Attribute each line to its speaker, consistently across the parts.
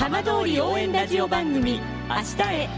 Speaker 1: 浜通り応援ラジオ番組明日へ。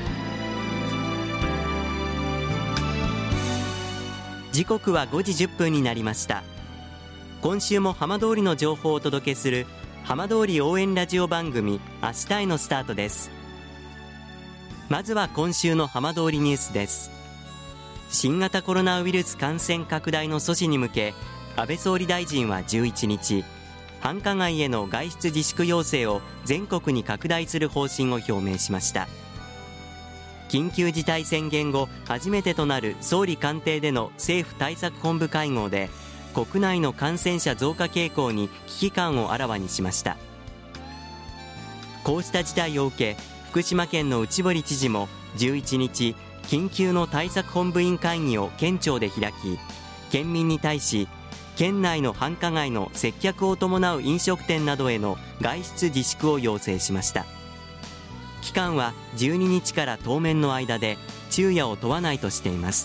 Speaker 2: 時刻は5時10分になりました。今週も浜通りの情報をお届けする浜通り応援ラジオ番組明日へのスタートです。まずは今週の浜通りニュースです。新型コロナウイルス感染拡大の阻止に向け、安倍総理大臣は11日、繁華街への外出自粛要請を全国に拡大する方針を表明しました。緊急事態宣言後初めてとなる総理官邸での政府対策本部会合で、国内の感染者増加傾向に危機感をあらわにしました。こうした事態を受け、福島県の内堀知事も11日、緊急の対策本部委員会議を県庁で開き、県民に対し、県内の繁華街の接客を伴う飲食店などへの外出自粛を要請しました。期間は12日から当面の間で、昼夜を問わないとしています。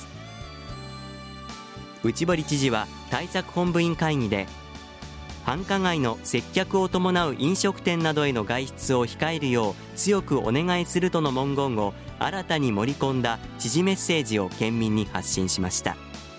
Speaker 2: 内堀知事は対策本部委員会議で、繁華街の接客を伴う飲食店などへの外出を控えるよう強くお願いするとの文言を新たに盛り込んだ知事メッセージを県民に発信しました。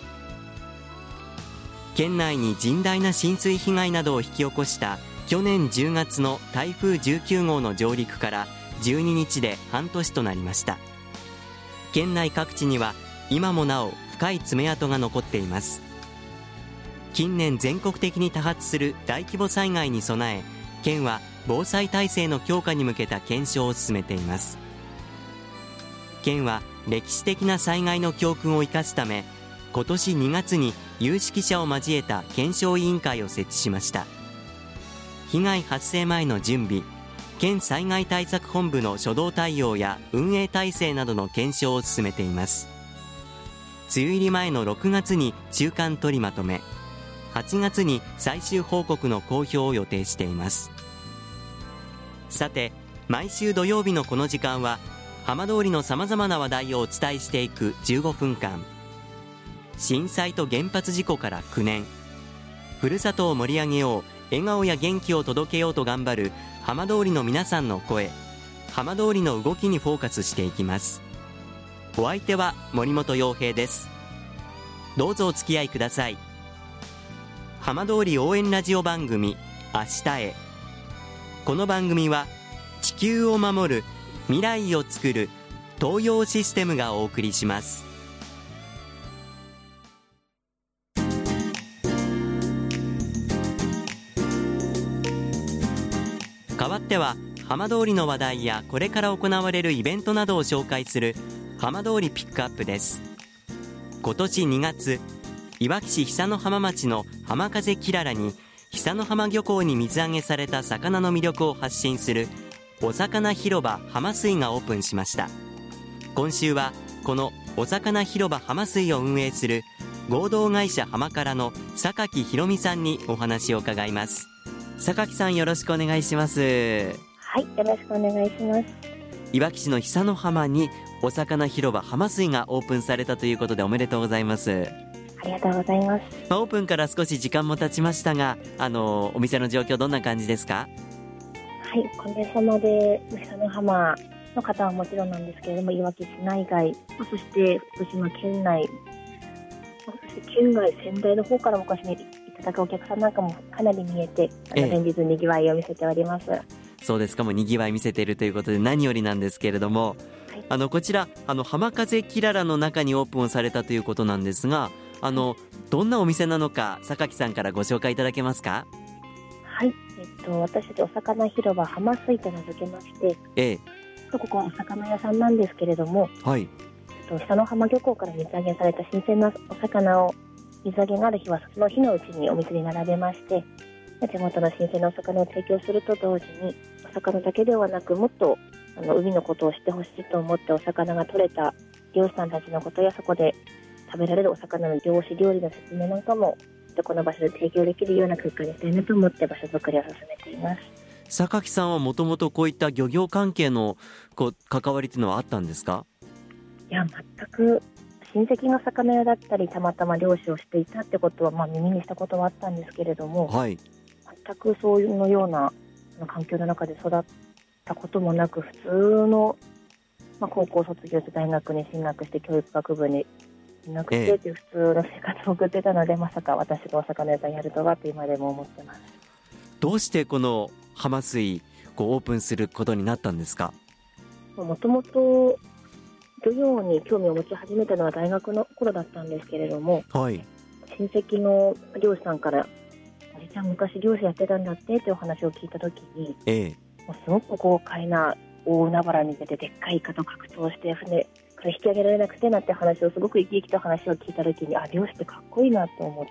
Speaker 2: 県内に甚大な浸水被害などを引き起こした去年10月の台風19号の上陸から12日で半年となりました。県内各地には今もなお深い爪痕が残っています。近年全国的に多発する大規模災害に備え、県は防災体制の強化に向けた検証を進めています。県は歴史的な災害の教訓を生かすため、今年2月に有識者を交えた検証委員会を設置しました。被害発生前の準備、県災害対策本部の初動対応や運営体制などの検証を進めています。梅雨入り前の6月に中間取りまとめ、8月に最終報告の公表を予定しています。さて、毎週土曜日のこの時間は浜通りのさまざまな話題をお伝えしていく15分間。震災と原発事故から9年、ふるさとを盛り上げよう、笑顔や元気を届けようと頑張る浜通りの皆さんの声、浜通りの動きにフォーカスしていきます。お相手は森本洋平です。どうぞお付き合いください。浜通り応援ラジオ番組明日へ。この番組は地球を守る、未来をつくる東洋システムがお送りします。代わっては浜通りの話題やこれから行われるイベントなどを紹介する浜通りピックアップです。今年2月、いわき市久の浜町の浜風きららに久の浜漁港に水揚げされた魚の魅力を発信するお魚広場浜水がオープンしました。今週はこのお魚広場浜水を運営する合同会社浜からの榊ひろみさんにお話を伺います。榊さん、よろしくお願いします。
Speaker 3: はい、よろしくお願いします。
Speaker 2: いわき市の久の浜にお魚広場浜水がオープンされたということで、おめでとうございます。
Speaker 3: ありがとうございます。
Speaker 2: オープンから少し時間も経ちましたが、お店の状況どんな感じですか？
Speaker 3: はい、おかげさまで久の浜の方はもちろんなんですけれども、いわき市内外、そして福島県内、そして県外仙台の方から昔にいただくお客さんなんかもかなり見えて、連日にぎわいを見せております。
Speaker 2: そうですか。もうにぎわい見せているということで何よりなんですけれども、はい、こちら浜風きららの中にオープンされたということなんですが、どんなお店なのか榊さんからご紹介いただけますか？
Speaker 3: はい、私たちお魚広場浜水と名付けまして、ここはお魚屋さんなんですけれども、はい、久の浜漁港から水揚げされた新鮮なお魚を水揚げがある日はその日のうちにお店に並べまして、地元の新鮮なお魚を提供すると同時に、お魚だけではなくもっと海のことを知ってほしいと思って、お魚が取れた漁師さんたちのことやそこで食べられるお魚の漁師料理の説明なんかもこの場所で提供できるような空間にしたいなと思って場所づくりを進めています。
Speaker 2: 榊さんはもともとこういった漁業関係の関わりというのはあったんですか？
Speaker 3: いや、全く親戚が魚屋だったりたまたま漁師をしていたってことは、耳にしたことはあったんですけれども、はい、全くそういうような環境の中で育ったこともなく、普通の、高校卒業して大学に進学して教育学部にいなくてという普通の生活を送ってたので、まさか私がお魚屋さんやるとはと今でも思ってます。
Speaker 2: どうしてこの浜水オープンすることになったんですか？
Speaker 3: もともと漁業に興味を持ち始めたのは大学の頃だったんですけれども、はい、親戚の漁師さんから実は昔漁師やってたんだってというお話を聞いたときに、もうすごく豪快な大海原に出てでっかいイカと格闘して船これ引き上げられなくてなって話をすごく生き生きと話を聞いたときに、漁師ってかっこいいなと思って、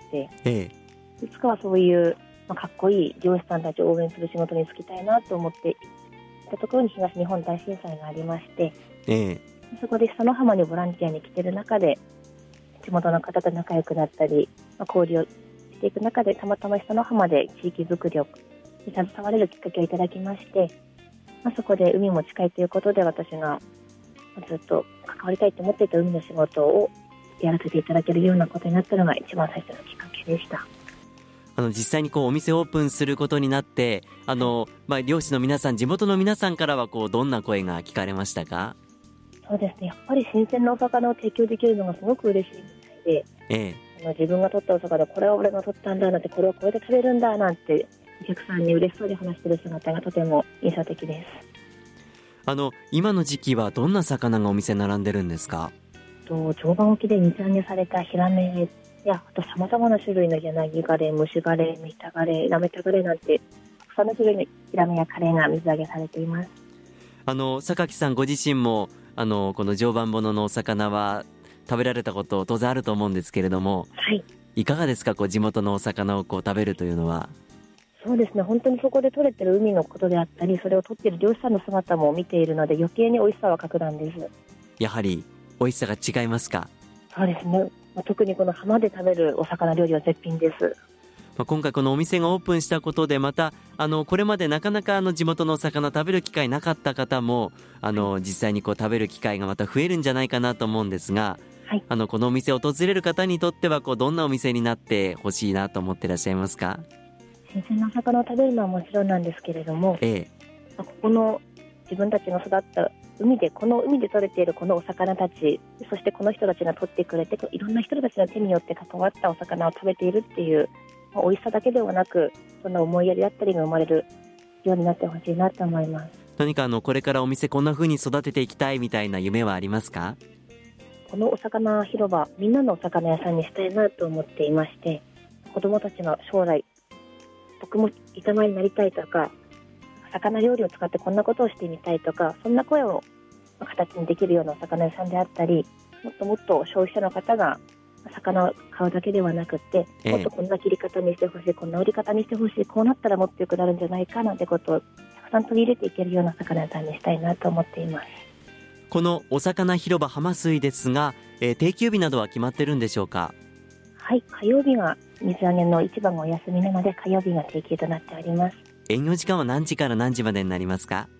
Speaker 3: いつかはそういう、かっこいい漁師さんたちを応援する仕事に就きたいなと思っていたところに東日本大震災がありまして、そこで久の浜にボランティアに来ている中で地元の方と仲良くなったり、交流をしていく中でたまたま久の浜で地域づくりに携われるきっかけをいただきまして、そこで海も近いということで私がずっと関わりたいと思っていた海の仕事をやらせていただけるようなことになったのが一番最初のきっかけでした。
Speaker 2: 実際にお店をオープンすることになって漁師の皆さん、地元の皆さんからはどんな声が聞かれましたか？
Speaker 3: そうですね、やっぱり新鮮なお魚を提供できるのがすごく嬉しいみたいで、自分が取ったお魚、これは俺が取ったんだなんて、これをこうやって食べるんだなんてお客さんに嬉しそうに話している姿がとても印象的です。
Speaker 2: 今の時期はどんな魚がお店並んでるんですか？
Speaker 3: 常磐沖で水揚げされたヒラメや、あと様々な種類の柳ガレ、蒸しガレ、メタガレ、ラメタガレなんてたくさんの種類のヒラメやカレが水揚げされています。
Speaker 2: 榊さんご自身もこの常磐もののお魚は食べられたこと当然あると思うんですけれども、いかがですか？地元のお魚を食べるというのは。
Speaker 3: そうですね、本当にそこで取れてる海のことであったり、それを取っている漁師さんの姿も見ているので、余計に美味しさは格段です。
Speaker 2: やはり美味しさが違いますか？
Speaker 3: そうですね、特にこの浜で食べるお魚料理は絶品です。
Speaker 2: 今回このお店がオープンしたことで、またこれまでなかなか地元のお魚食べる機会なかった方も実際に食べる機会がまた増えるんじゃないかなと思うんですが、このお店を訪れる方にとってはどんなお店になってほしいなと思ってらっしゃいますか？
Speaker 3: 新鮮なお魚を食べるのはもちろんなんですけれども、ここの自分たちの育った海で取れているこのお魚たち、そしてこの人たちが取ってくれていろんな人たちの手によって関わったお魚を食べているっていう美味しさだけではなく、そんな思いやりだったりが生まれるようになってほしいなと思います。
Speaker 2: 何かこれからお店こんな風に育てていきたいみたいな夢はありますか？
Speaker 3: このお魚広場、みんなのお魚屋さんにしたいなと思っていまして、子どもたちが将来僕も板前になりたいとか、魚料理を使ってこんなことをしてみたいとか、そんな声を形にできるようなお魚屋さんであったり、もっともっと消費者の方が魚を買うだけではなくて、もっとこんな切り方にしてほしい、こんな売り方にしてほしい、こうなったらもっと良くなるんじゃないかなんてことをたくさん取り入れていけるような魚屋さんにしたいなと思っています。
Speaker 2: このお魚広場浜水ですが、定休日などは決まってるんでしょうか？
Speaker 3: はい、火曜日が水揚げの一番がお休みなので、火曜日が定休となっております。
Speaker 2: 営業時間は何時から何時までになりますか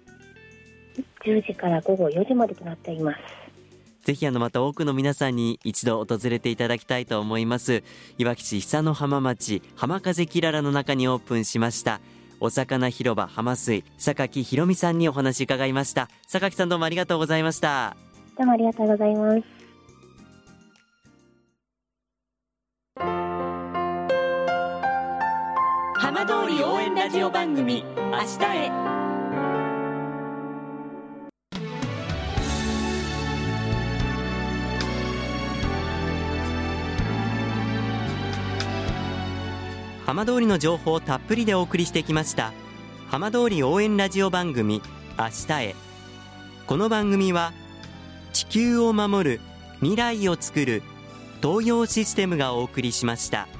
Speaker 3: ？10時から午後4時までとなっています。
Speaker 2: ぜひまた多くの皆さんに一度訪れていただきたいと思います。いわき市久の浜町浜風きららの中にオープンしましたお魚広場浜水、榊ひろみさんにお話伺いました。榊さん、どうもありがとうございました。
Speaker 3: どうもありがとうございます。
Speaker 1: 浜通り応援ラジオ番組明日へ。
Speaker 2: 浜通りの情報をたっぷりでお送りしてきました浜通り応援ラジオ番組明日へ。この番組は地球を守る未来をつくる東洋システムがお送りしました。